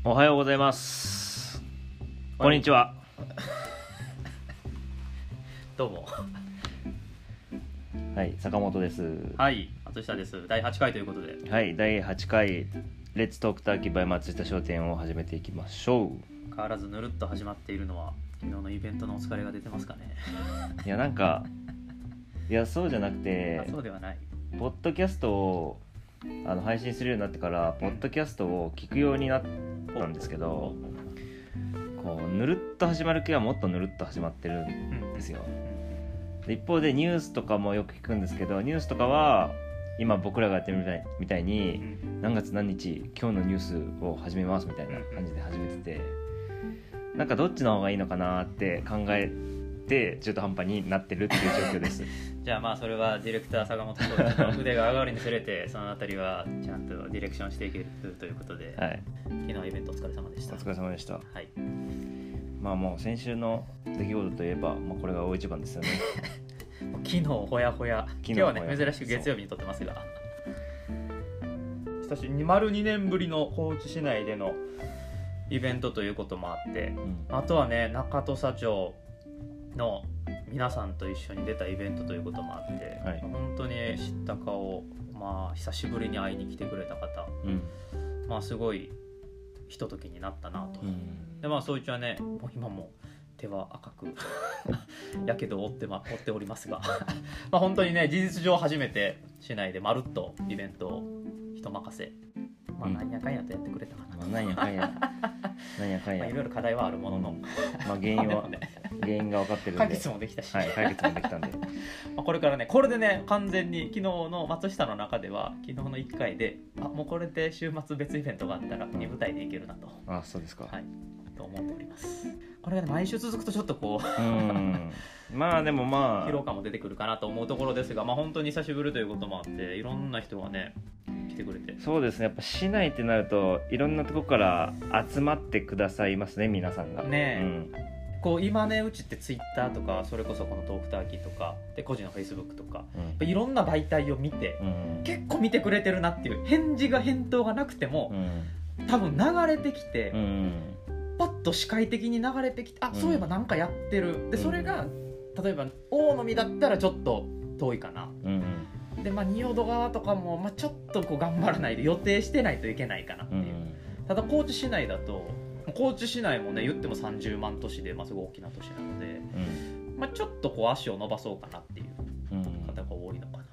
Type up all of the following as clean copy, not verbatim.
おはようございます。こんにちは。 どうも。 はい、坂本です。 はい、松下です。第8回ということで。 はい、第8回レッツトークターキーバイ松下商店を始めていきましょう。 変わらずぬるっと始まっているのは昨日のイベントのお疲れが出てますかね。 いやなんかいやそうじゃなくて、 そうではない。 ポッドキャストを配信するようになってからポッドキャストを聞くようになったんですけど、こうぬるっと始まる気はもっとぬるっと始まってるんですよ。で一方でニュースとかもよく聞くんですけど、ニュースとかは今僕らがやってるみたいに何月何日今日のニュースを始めますみたいな感じで始めてて、なんかどっちの方がいいのかなって考えて中途半端になってるっていう状況ですじゃあまあそれはディレクター坂本コーチの腕が上がるにつれてそのあたりはちゃんとディレクションしていけるということで、 はい、 昨日イベントお疲れ様でした。 お疲れ様でした。 はい、 まあもう先週の出来事といえば、これが大一番ですよね昨日ほやほや。今日はね珍しく月曜日に撮ってますが、丸2年ぶりの高知市内でのイベントということもあって、あとはね中土佐町の皆さんと一緒に出たイベントということもあって、 はい、 本当に知った顔、久しぶりに会いに来てくれた方、すごいひとときになったなと、でそいつはねもう今も手は赤くやけどを負っておりますが本当にね事実上初めて市内でまるっとイベントを人任せ、なんやかんやとやってくれたかなと、 なんやかんやいろいろ課題はあるものの、 原因が分かってるんで解決もできたし、 はい、解決もできたんでこれからね、これでね完全に昨日の松下の中では昨日の1回でもうこれで週末別イベントがあったら2部隊でいけるなと、 そうですか、 はい、と思っております。これが、ね、毎週続くとちょっとこうでも疲労感も出てくるかなと思うところですが、本当に久しぶりということもあっていろんな人がね来てくれて、 そうですね、やっぱ市内ってなるといろんなところから集まってくださいますね、皆さんがね、こう今ねうちってツイッターとかそれこそこのトークターキーとかで個人のフェイスブックとか、いろんな媒体を見て、結構見てくれてるなっていう返答がなくても、多分流れてきて、パッと視界的に流れてきて、そういえばなんかやってるで、それが例えば大野見だったらちょっと遠いかな、で仁淀川とかも、ちょっとこう頑張らないで予定してないといけないかなっていう、ただ高知市内だと高知市内もね言っても30万都市で、すごい大きな都市なので、ちょっとこう足を伸ばそうかなっていう方が多いのかなって、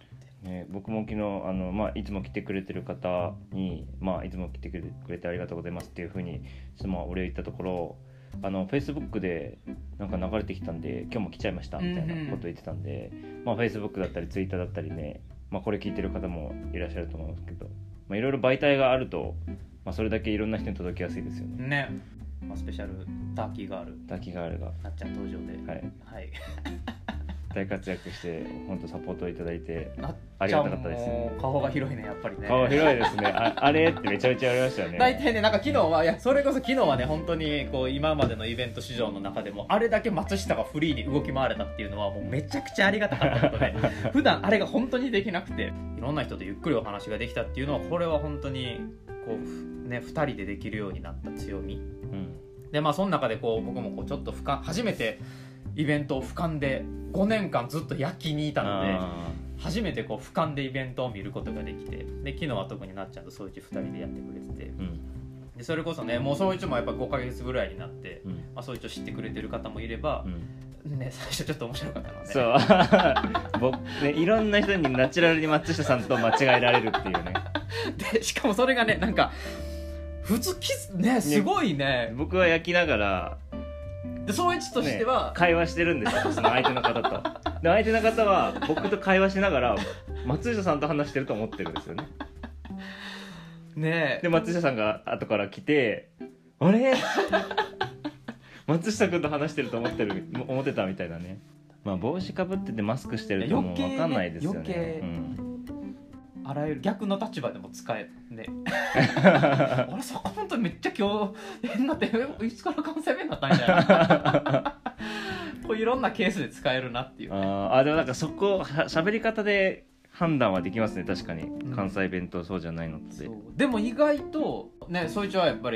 僕も昨日いつも来てくれてる方に、いつも来てくれてありがとうございますっていうふうにお礼を言ったところ、Facebook でなんか流れてきたんで今日も来ちゃいましたみたいなことを言ってたんで、Facebook だったり Twitter だったりね、これ聞いてる方もいらっしゃると思うんですけど、いろいろ媒体があると、それだけいろんな人に届きやすいですよね。 スペシャルターキーガールがなっちゃん登場で、はい大活躍して本当サポートをいただいてありがたかったです。 顔が広いね、やっぱりね。 顔広いですね。あれってめちゃめちゃありましたよね。 大体ね、昨日はそれこそ昨日はね本当にこう今までのイベント市場の中でもあれだけ松下がフリーに動き回れたっていうのはもうめちゃくちゃありがたかったことで普段あれが本当にできなくて、いろんな人とゆっくりお話ができたっていうのは、これは本当にこうね2人でできるようになった強み、でその中でこう僕もこうちょっと初めてイベントを俯瞰で5年間ずっと夜勤にいたので、初めてこう俯瞰でイベントを見ることができて、で昨日は特になっちゃんとそういち2人でやってくれてて、でそれこそねもうそういちもやっぱ5ヶ月ぐらいになって、そういちを知ってくれてる方もいれば、最初ちょっと面白かったので、 いろんな人にナチュラルに松下さんと間違えられるっていうねでしかもそれがねなんか普通ねすごいね、 僕は焼きながらで総一としては、 会話してるんですよ、その相手の方とで相手の方は僕と会話しながら松下さんと話してると思ってるんですよね。で松下さんが後から来てあれ松下君と話してると思ってたみたいなね。帽子かぶっててマスクしてるともう分かんないですよね。 余計あらゆる逆の立場でも使えねあれ坂本めっちゃ今日変なっていつから関西弁になったんじゃないこういろんなケースで使えるなっていう、ね、 でもなんかそこ喋り方で判断はできますね、確かに、関西弁とそうじゃないのって、 でも意外とねそいつはやっぱり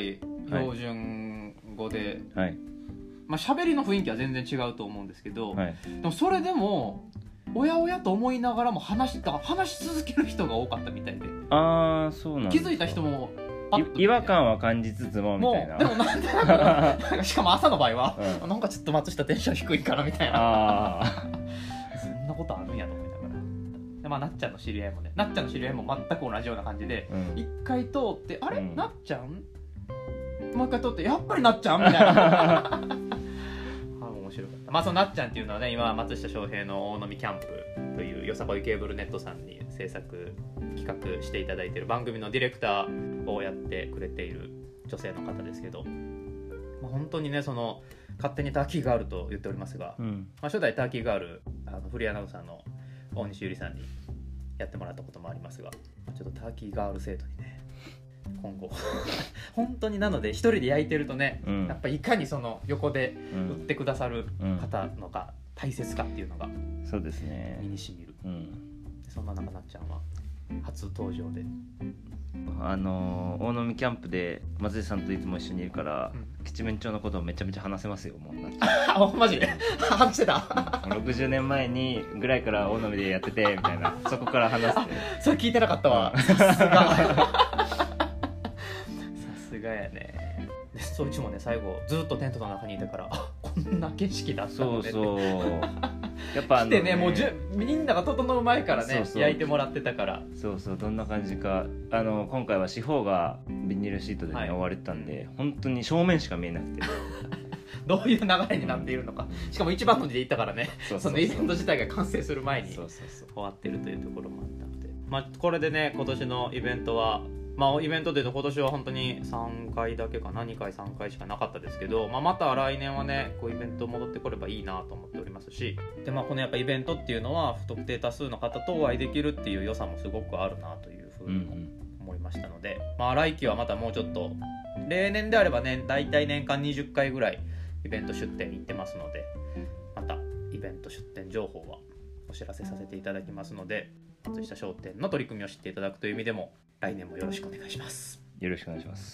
標準語で、 はいまあ喋りの雰囲気は全然違うと思うんですけど、 はい、 でもそれでもおやおやと思いながらも話し続ける人が多かったみたいで、 ああそうなんですか。 気づいた人もパッと違和感は感じつつもみたいな。 もうでもなんなんかしかも朝の場合は、 うんなんかちょっと松下テンション低いからみたいな、 あそんなことあるんやと思いながら。でまあなっちゃんの知り合いもね、なっちゃんの知り合いも全く同じような感じで、 うん一回通ってあれ、 うんなっちゃんもう一回通ってやっぱりなっちゃんみたいなあ面白かった。まあそのなっちゃんっていうのはね、今松下翔平の大飲みキャンプというよさこいケーブルネットさんに制作企画していただいている番組のディレクターをやってくれている女性の方ですけど、まあ、本当にねその勝手にターキーガールと言っておりますが、 うんまあ、初代ターキーガールフリーアナウンサーの大西ゆりさんにやってもらったこともありますが、まあちょっとターキーガール生徒にね今後本当になので一人で焼いてるとね、 うんやっぱいかにその横でうん売ってくださる方のが大切かっていうのがそうですね身にしみる。 うんそんな中なっちゃんは初登場で、 大飲みキャンプで松井さんといつも一緒にいるから、 うん七面鳥のことをめちゃめちゃ話せますよ。もうなんかあマジで話してた 60年前にぐらいから大飲みでやっててみたいな、そこから話してそれ聞いてなかったわ。さすがさすがやね。でそいつもね最後ずっとテントの中にいたから、あこんな景色だったそのねってうそうやっぱ来てね、もうみんなが整う前からねそうそう焼いてもらってたから。 そうそうどんな感じか今回は四方がビニールシートでね、 はい覆われてたんで本当に正面しか見えなくてどういう流れになっているのか、しかも一番乗りで行ったからね、 そうそうそうそのイベント自体が完成する前にそうそうそう終わってるというところもあったので、まあ、これでね今年のイベントは、まあ、イベントでいうと今年は本当に3回だけかな、2回3回しかなかったですけど、まあ、また来年はねこうイベント戻ってこればいいなと思っておりますし、で、まあ、このやっぱイベントっていうのは不特定多数の方とお会いできるっていう良さもすごくあるなというふうにも思いましたので、まあ、来期はまたもうちょっと例年であればね大体年間20回ぐらいイベント出店に行ってますので、またイベント出店情報はお知らせさせていただきますので、松下商店の取り組みを知っていただくという意味でも来年もよろしくお願いします。 よろしくお願いします。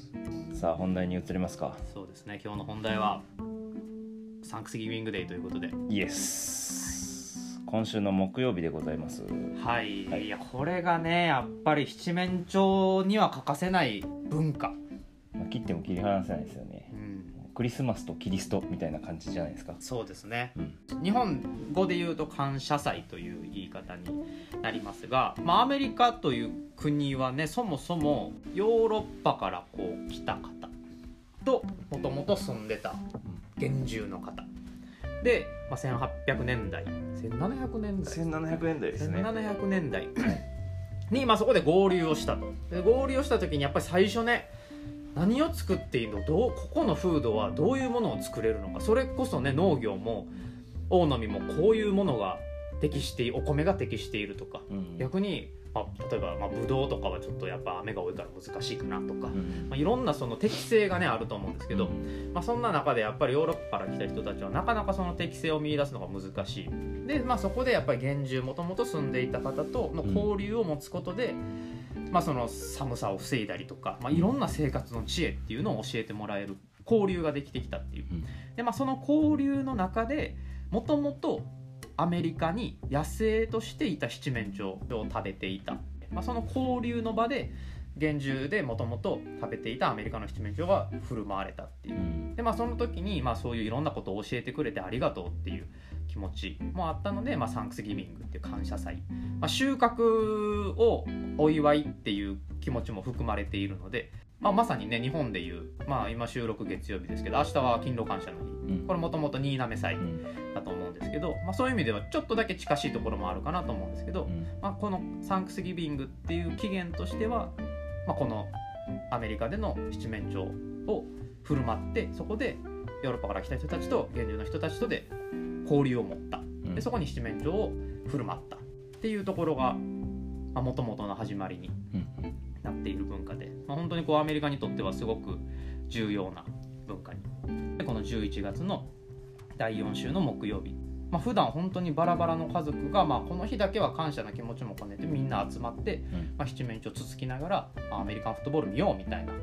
さあ本題に移りますか。 そうですね、今日の本題はサンクスギビングデーということで、 イエス、今週の木曜日でございます。 はい、 はいいやこれがねやっぱり七面鳥には欠かせない文化、 切っても切り離せないですよね。 うん、 クリスマスとキリストみたいな感じじゃないですか。 そうですね、 うん日本語で言うと感謝祭という言い方になりますが、まあ、アメリカという国はねそもそもヨーロッパからこう来た方ともともと住んでた原住の方で、まあ、1800年代1700年代 1700年代ですね。 1700年代に、まあ、そこで合流をしたと。で合流をした時にやっぱり最初ね何を作っていいの、ここの風土はどういうものを作れるのか、それこそね農業も大飲みもこういうものが適している、お米が適しているとか、 うん逆に、まあ、例えば、まあ、ブドウとかはちょっとやっぱ雨が多いから難しいかなとか、 うんまあ、いろんなその適性がねあると思うんですけど、まあ、そんな中でやっぱりヨーロッパから来た人たちはなかなかその適性を見出すのが難しいで、まあ、そこでやっぱり原住もともと住んでいた方との交流を持つことで、まあ、その寒さを防いだりとか、まあ、いろんな生活の知恵っていうのを教えてもらえる交流ができてきたっていうで、まあ、その交流の中でもともとアメリカに野生としていた七面鳥を食べていた、まあ、その交流の場で原住でもともと食べていたアメリカの七面鳥が振る舞われたっていうで、まあ、その時に、まあ、そういういろんなことを教えてくれてありがとうっていう気持ちもあったので、まあ、サンクスギビングっていう感謝祭、まあ、収穫をお祝いっていう気持ちも含まれているので、まあ、まさにね日本でいう、まあ、今収録月曜日ですけど明日は勤労感謝の日、これもともと新滑祭だと思うんですけど、まあ、そういう意味ではちょっとだけ近しいところもあるかなと思うんですけど、まあ、このサンクスギビングっていう起源としては、まあ、このアメリカでの七面鳥を振る舞ってそこでヨーロッパから来た人たちと原住の人たちとで交流を持ったでそこに七面鳥を振る舞ったっていうところがもともとの始まりになっている文化で、まあ、本当にこうアメリカにとってはすごく重要な文化にでこの11月の第4週の木曜日、まあ、普段本当にバラバラの家族が、まあ、この日だけは感謝の気持ちも込めてみんな集まって、まあ、七面鳥をつつきながらアメリカンフットボール見ようみたいな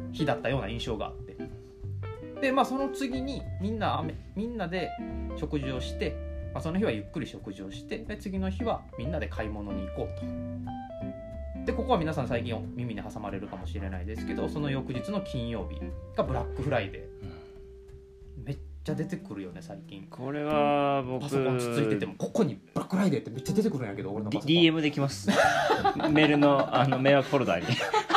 日だったような印象があって、でその次にみんなで食事をして、その日はゆっくり食事をして、で次の日はみんなで買い物に行こうと。でここは皆さん最近耳に挟まれるかもしれないですけど、その翌日の金曜日がブラックフライデー、めっちゃ出てくるよね最近。 これは僕パソコンつついててもここにブラックフライデーってめっちゃ出てくるんやけど、俺のパソコン DM できますメールの迷惑フォルダーに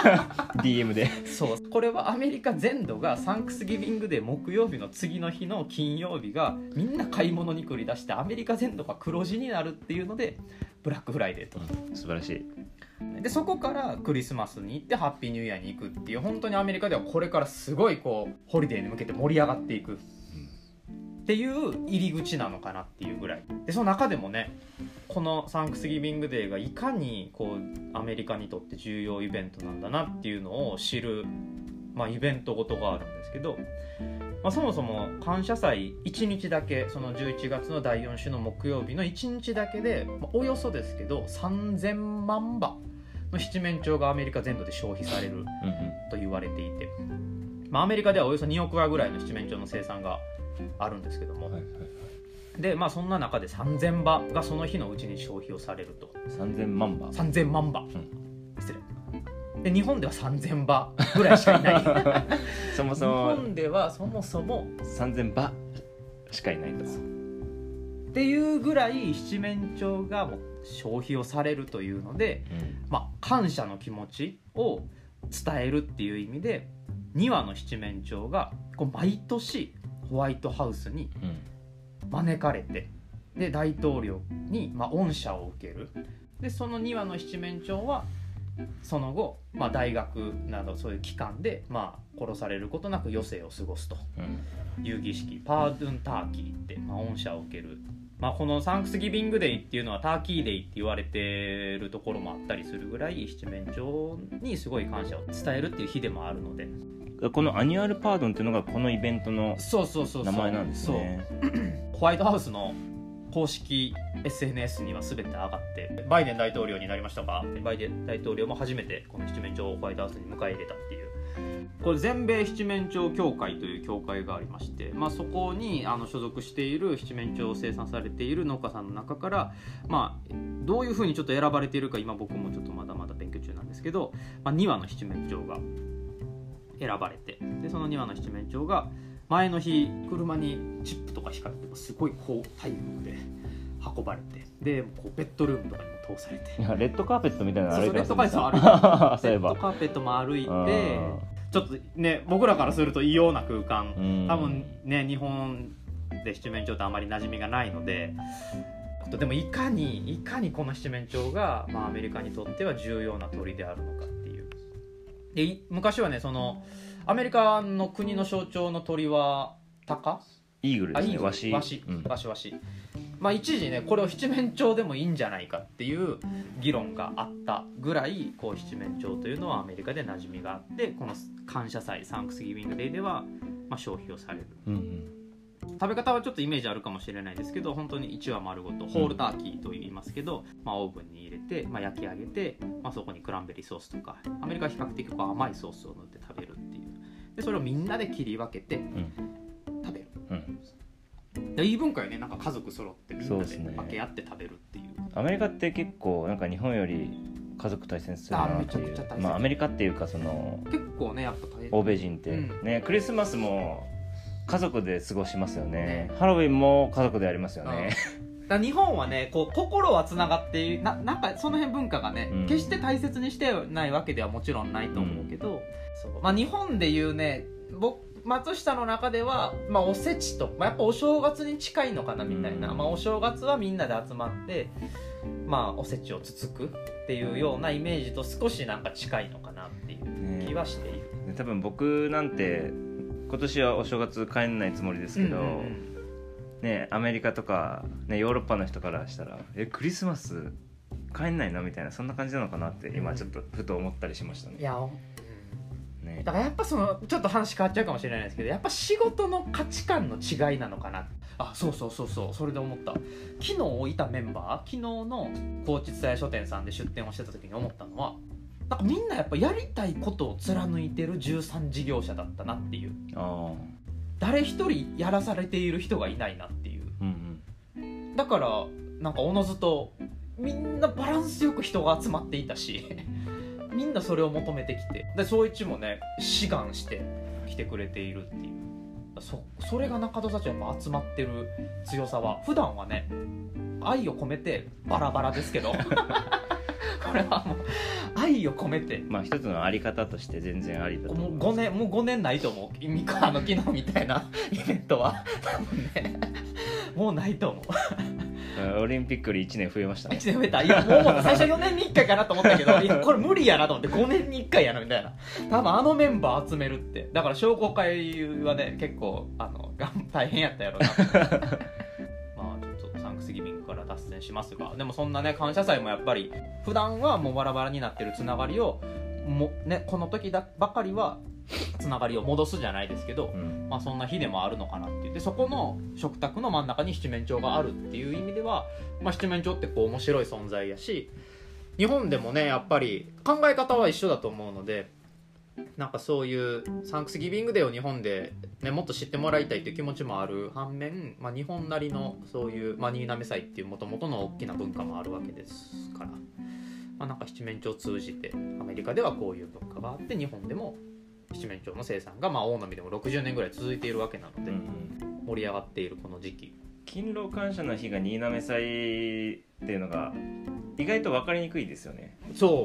DM で。 そう、これはアメリカ全土がサンクスギビングデー木曜日の次の日の金曜日がみんな買い物に繰り出して、アメリカ全土が黒字になるっていうのでブラックフライデーと、 素晴らしい。 でそこからクリスマスに行ってハッピーニューイヤーに行くっていう、本当にアメリカではこれからすごいこうホリデーに向けて盛り上がっていくっていう入り口なのかなっていうぐらいで、その中でもねこのサンクスギビングデーがいかにこうアメリカにとって重要イベントなんだなっていうのを知る、イベントごとがあるんですけど、そもそも感謝祭1日だけ、その11月の第4週の木曜日の1日だけで、およそですけど3000万羽の七面鳥がアメリカ全土で消費されると言われていて、アメリカではおよそ2億羽ぐらいの七面鳥の生産があるんですけども、でそんな中で3000羽がその日のうちに消費をされると。 3000万羽 3000万羽、失礼で、日本では3000羽ぐらいしかいないそもそも日本ではそもそも 3000羽しかいないとっていうぐらい七面鳥がもう消費をされるというので、感謝の気持ちを伝えるっていう意味で2羽の七面鳥がこう毎年ホワイトハウスに招かれて、で大統領に恩赦を受ける。でその2羽の七面鳥はその後、大学などそういう機関で、殺されることなく余生を過ごすという儀式、パードゥンターキーって、恩赦を受ける。このサンクスギビングデイっていうのはターキーデイって言われてるところもあったりするぐらい、七面鳥にすごい感謝を伝えるっていう日でもあるので、 このアニュアルパードンっていうのがこのイベントの名前なんですね。 ホワイトハウスの公式 SNS には全て上がって、バイデン大統領になりましたが、バイデン大統領も初めてこの七面鳥をホワイトハウスに迎え入れたっていう、これ全米七面鳥協会という協会がありまして、そこに所属している七面鳥を生産されている農家さんの中から、どういうふうにちょっと選ばれているか今僕もちょっとまだまだ勉強中なんですけど、2羽の七面鳥が選ばれて、でその2羽の七面鳥が前の日車にチップとか光ってすごい高体力で運ばれて、でこうベッドルームとかにも通されて、 レッドカーペットみたいなの歩いてますね。 レッドカーペットも歩いて、ちょっとね僕らからすると異様な空間、多分ね日本で七面鳥ってあまり馴染みがないので、でもいかにこの七面鳥が、アメリカにとっては重要な鳥であるのかっていう。で昔はねそのアメリカの国の象徴の鳥は鷹、 イーグルですね。ワシ、 一時ねこれを七面鳥でもいいんじゃないかっていう議論があったぐらい、こう七面鳥というのはアメリカで馴染みがあって、この感謝祭サンクスギビングデーでは、消費をされる、食べ方はちょっとイメージあるかもしれないですけど、本当に1羽丸ごとホールターキーと言いますけど、オーブンに入れて、焼き上げて、そこにクランベリーソースとかアメリカは比較的こう甘いソースを塗って食べるっていう。でそれをみんなで切り分けて食べる、いい文化よね。なんか家族揃ってみんなで分け合って食べるっていう。 アメリカって結構なんか日本より家族大切にするなっていう。アメリカっていうかその結構ねやっぱ欧米人って、クリスマスも家族で過ごしますよね。ハロウィンも家族でやりますよね。 だ日本はねこう心はつながってなんかその辺文化がね、決して大切にしてないわけではもちろんないと思うけど、日本でいうね松下の中では、おせちと、やっぱお正月に近いのかなみたいな、お正月はみんなで集まって、おせちをつつくっていうようなイメージと少しなんか近いのかなっていう気はしている、 多分僕なんて今年はお正月帰んないつもりですけど、アメリカとか、ヨーロッパの人からしたらクリスマス帰んないのみたいな、そんな感じなのかなって今ちょっとふと思ったりしましたね。 いやだからやっぱそのちょっと話変わっちゃうかもしれないですけど、やっぱ仕事の価値観の違いなのかな。そうそれで思った。昨日いたメンバー、昨日の高知蔦屋書店さんで出店をしてた時に思ったのは、 なんかみんなやっぱやりたいことを貫いてる13事業者だったなっていう。誰一人やらされている人がいないなっていう、だからなんかおのずとみんなバランスよく人が集まっていたしみんなそれを求めてきて、で総一もね志願して来てくれているっていう、それが中戸社長やっぱ集まってる強さは、普段はね愛を込めてバラバラですけどこれはもう愛を込めて、 まあ一つのあり方として全然ありだと思う。 もう5年ないと思う。昨日みたいなイベントは多分ねもうないと思う。 オリンピックより1年増えましたね。 1年増えた。いやもう最初4年に1回かなと思ったけどいやこれ無理やなと思って5年に1回やなみたいな。多分あのメンバー集めるって、だから商工会はね結構大変やったやろなまあちょっとサンクスギビングから脱線しますが、でもそんなね感謝祭もやっぱり普段はもうバラバラになってるつながりをこの時ばかりはつながりを戻すじゃないですけど、まあ、そんな日でもあるのかなって言って、そこの食卓の真ん中に七面鳥があるっていう意味では、まあ、七面鳥ってこう面白い存在やし、日本でもねやっぱり考え方は一緒だと思うので、なんかそういうサンクスギビングデーを日本で、ね、もっと知ってもらいたいという気持ちもある反面、まあ、日本なりのそういう、まあ、新滑祭っていう元々の大きな文化もあるわけですから、まあ、なんか七面鳥を通じてアメリカではこういう文化があって、日本でも七面鳥の生産がまあ大波でも60年ぐらい続いているわけなので、盛り上がっているこの時期、 勤労感謝の日が新滑祭っていうのが意外と分かりにくいですよね。 そう、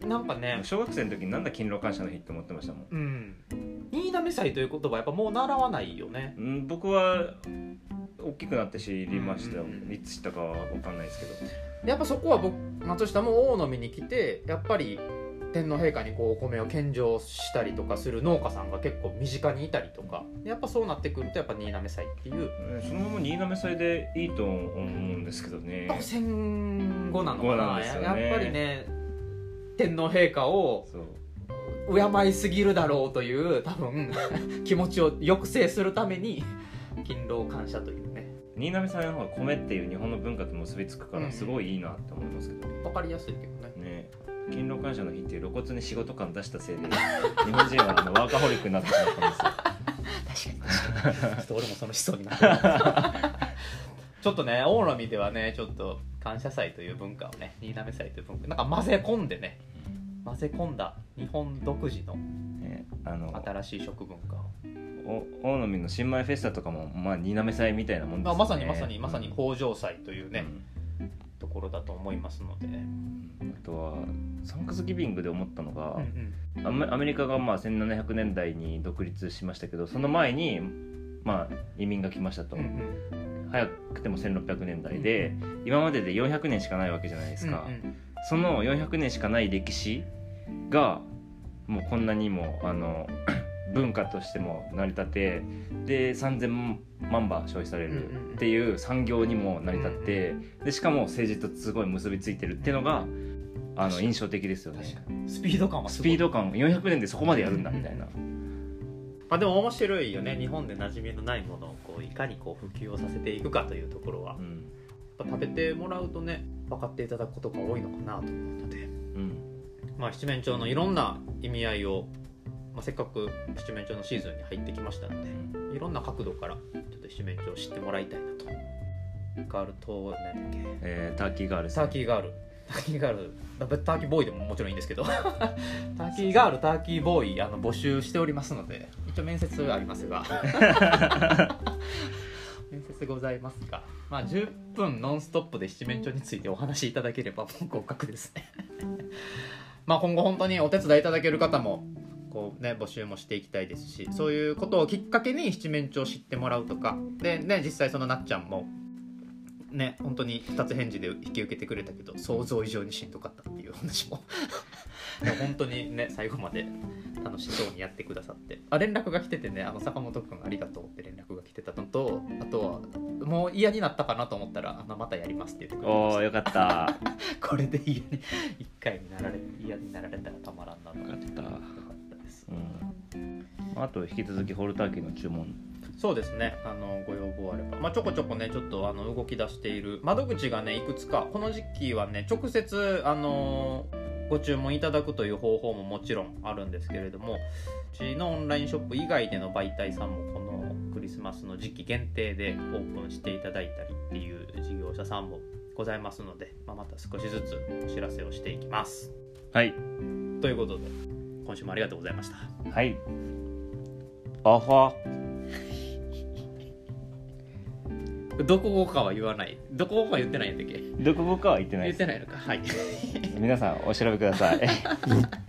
なんかね小学生の時になんだ勤労感謝の日って思ってましたもん。 新滑祭という言葉はやっぱもう習わないよね。 僕は大きくなって知りましたよ。いつ知ったかは分かんないですけど、 やっぱそこは松下も大野に来てやっぱり天皇陛下にこうお米を献上したりとかする農家さんが結構身近にいたりとか、やっぱそうなってくるとやっぱ新滑祭っていう、 そのまま新滑祭でいいと思うんですけどね。 戦後なのかな、 ですよね、 やっぱりね天皇陛下を敬いすぎるだろうという多分気持ちを抑制するために勤労感謝というね、 新滑祭の方が米っていう日本の文化と結びつくからすごいいいなって思いますけど、 分かりやすいけどね。 勤労感謝の日っていう露骨に仕事感出したせいで日本人はワーカホリックになってしまったんですよ確かにちょっと俺もその思想になってるちょっとね大野ではねちょっと感謝祭という文化をね、新滑祭という文化なんか混ぜ込んでね、混ぜ込んだ日本独自の、新しい食文化を、 大野の新米フェスタとかもまあ新滑祭みたいなもんですよね。 まさに豊穣祭というね、ところだと思いますので、 あとはサンクスギビングで思ったのが、アメリカがまあ1700年代に独立しましたけど、その前にまあ移民が来ましたと、早くても1600年代で、今までで400年しかないわけじゃないですか、その400年しかない歴史がもうこんなにも文化としても成り立ってで3000万羽消費されるっていう産業にも成り立って、でしかも政治とすごい結びついてるっていうのが印象的ですよね。 スピード感 400年でそこまでやるんだみたいな、 まあ、でも面白いよね。日本で馴染みのないものをこういかにこう普及をさせていくかというところは、やっぱ食べてもらうとね分かっていただくことが多いのかなと思うので、まあ、七面鳥のいろんな意味合いを、まあ、せっかく七面鳥のシーズンに入ってきましたので、いろんな角度からちょっと七面鳥を知ってもらいたいなと。ガールと何だっけ、 ターキーガール、 ターキーガール、ターキーボーイでももちろんいいんですけどターキーガール、ターキーボーイ募集しておりますので、一応面接ありますが面接ございますが、まあ、10分ノンストップで七面鳥についてお話しいただければもう合格ですねまあ今後本当にお手伝いいただける方もこう、ね、募集もしていきたいですし、そういうことをきっかけに七面鳥を知ってもらうとかで、ね、実際そのなっちゃんもね、本当に2つ返事で引き受けてくれたけど想像以上にしんどかったっていう話もでも本当にね最後まで楽しそうにやってくださって、連絡が来ててね、坂本くんありがとうって連絡が来てたのと、あとはもう嫌になったかなと思ったらまたやりますって言ってくれました。 おーよかったこれで嫌になられたらたまらんなと思って。 よかったです、あと引き続きホールターキーの注文、 そうですね、ご要望あれば、まあ、ちょこちょこねちょっと動き出している窓口がねいくつかこの時期はね直接ご注文いただくという方法ももちろんあるんですけれども、うちのオンラインショップ以外での媒体さんもこのクリスマスの時期限定でオープンしていただいたりっていう事業者さんもございますので、また少しずつお知らせをしていきます。 はい。 ということで今週もありがとうございました。 はい。あは。 どこ語かは言わない。どこ語か言ってないんだっけ？ どこ語かは言ってないです。 言ってないのか。はい。 皆さんお調べください。